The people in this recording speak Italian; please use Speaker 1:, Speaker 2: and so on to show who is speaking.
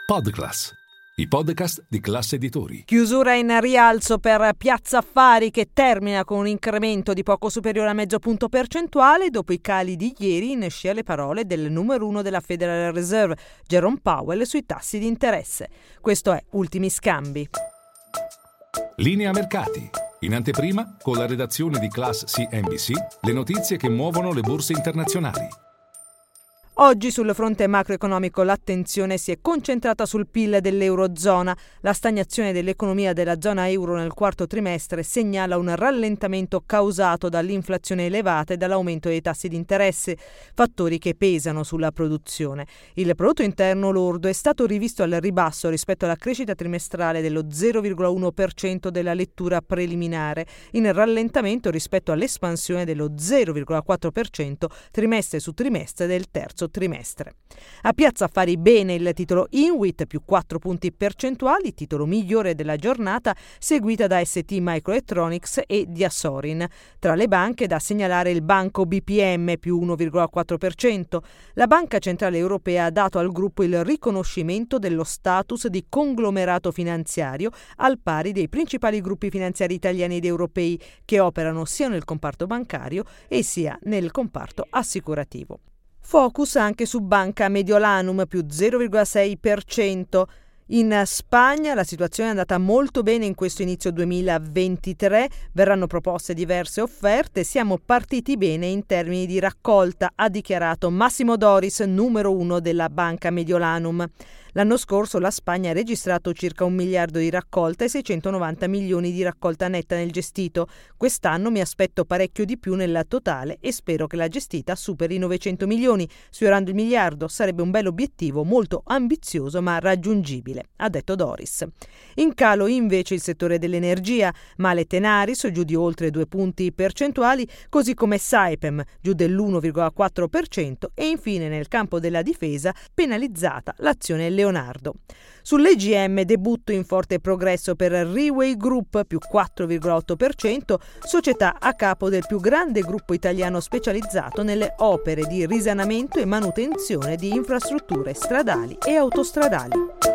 Speaker 1: Podclass, i podcast di Class Editori.
Speaker 2: Chiusura in rialzo per Piazza Affari, che termina con un incremento di poco superiore a mezzo punto percentuale dopo i cali di ieri in scia le parole del numero 1 della Federal Reserve, Jerome Powell, sui tassi di interesse. Questo è Ultimi Scambi.
Speaker 1: Linea mercati. In anteprima, con la redazione di Class CNBC, le notizie che muovono le borse internazionali.
Speaker 2: Oggi sul fronte macroeconomico l'attenzione si è concentrata sul PIL dell'Eurozona. La stagnazione dell'economia della zona euro nel quarto trimestre segnala un rallentamento causato dall'inflazione elevata e dall'aumento dei tassi di interesse, fattori che pesano sulla produzione. Il prodotto interno lordo è stato rivisto al ribasso rispetto alla crescita trimestrale dello 0,1% della lettura preliminare, in rallentamento rispetto all'espansione dello 0,4% trimestre su trimestre del terzo trimestre. A Piazza Affari bene il titolo Inwit, più 4 punti percentuali, titolo migliore della giornata, seguita da ST Microelectronics e Diasorin. Tra le banche da segnalare il banco BPM, più 1,4%. La Banca Centrale Europea ha dato al gruppo il riconoscimento dello status di conglomerato finanziario al pari dei principali gruppi finanziari italiani ed europei che operano sia nel comparto bancario e sia nel comparto assicurativo. Focus anche su Banca Mediolanum, più 0,6%. In Spagna la situazione è andata molto bene in questo inizio 2023, verranno proposte diverse offerte, siamo partiti bene in termini di raccolta, ha dichiarato Massimo Doris, numero 1 della Banca Mediolanum. L'anno scorso la Spagna ha registrato circa 1 miliardo di raccolta e 690 milioni di raccolta netta nel gestito. Quest'anno mi aspetto parecchio di più nella totale e spero che la gestita superi i 900 milioni. Sfiorando il miliardo sarebbe un bel obiettivo, molto ambizioso ma raggiungibile, ha detto Doris. In calo invece il settore dell'energia, Male Tenaris giù di oltre 2 punti percentuali, così come Saipem giù dell'1,4% e infine nel campo della difesa penalizzata l'azione Leonardo. Sull'EGM debutto in forte progresso per Reway Group, più 4,8%, società a capo del più grande gruppo italiano specializzato nelle opere di risanamento e manutenzione di infrastrutture stradali e autostradali.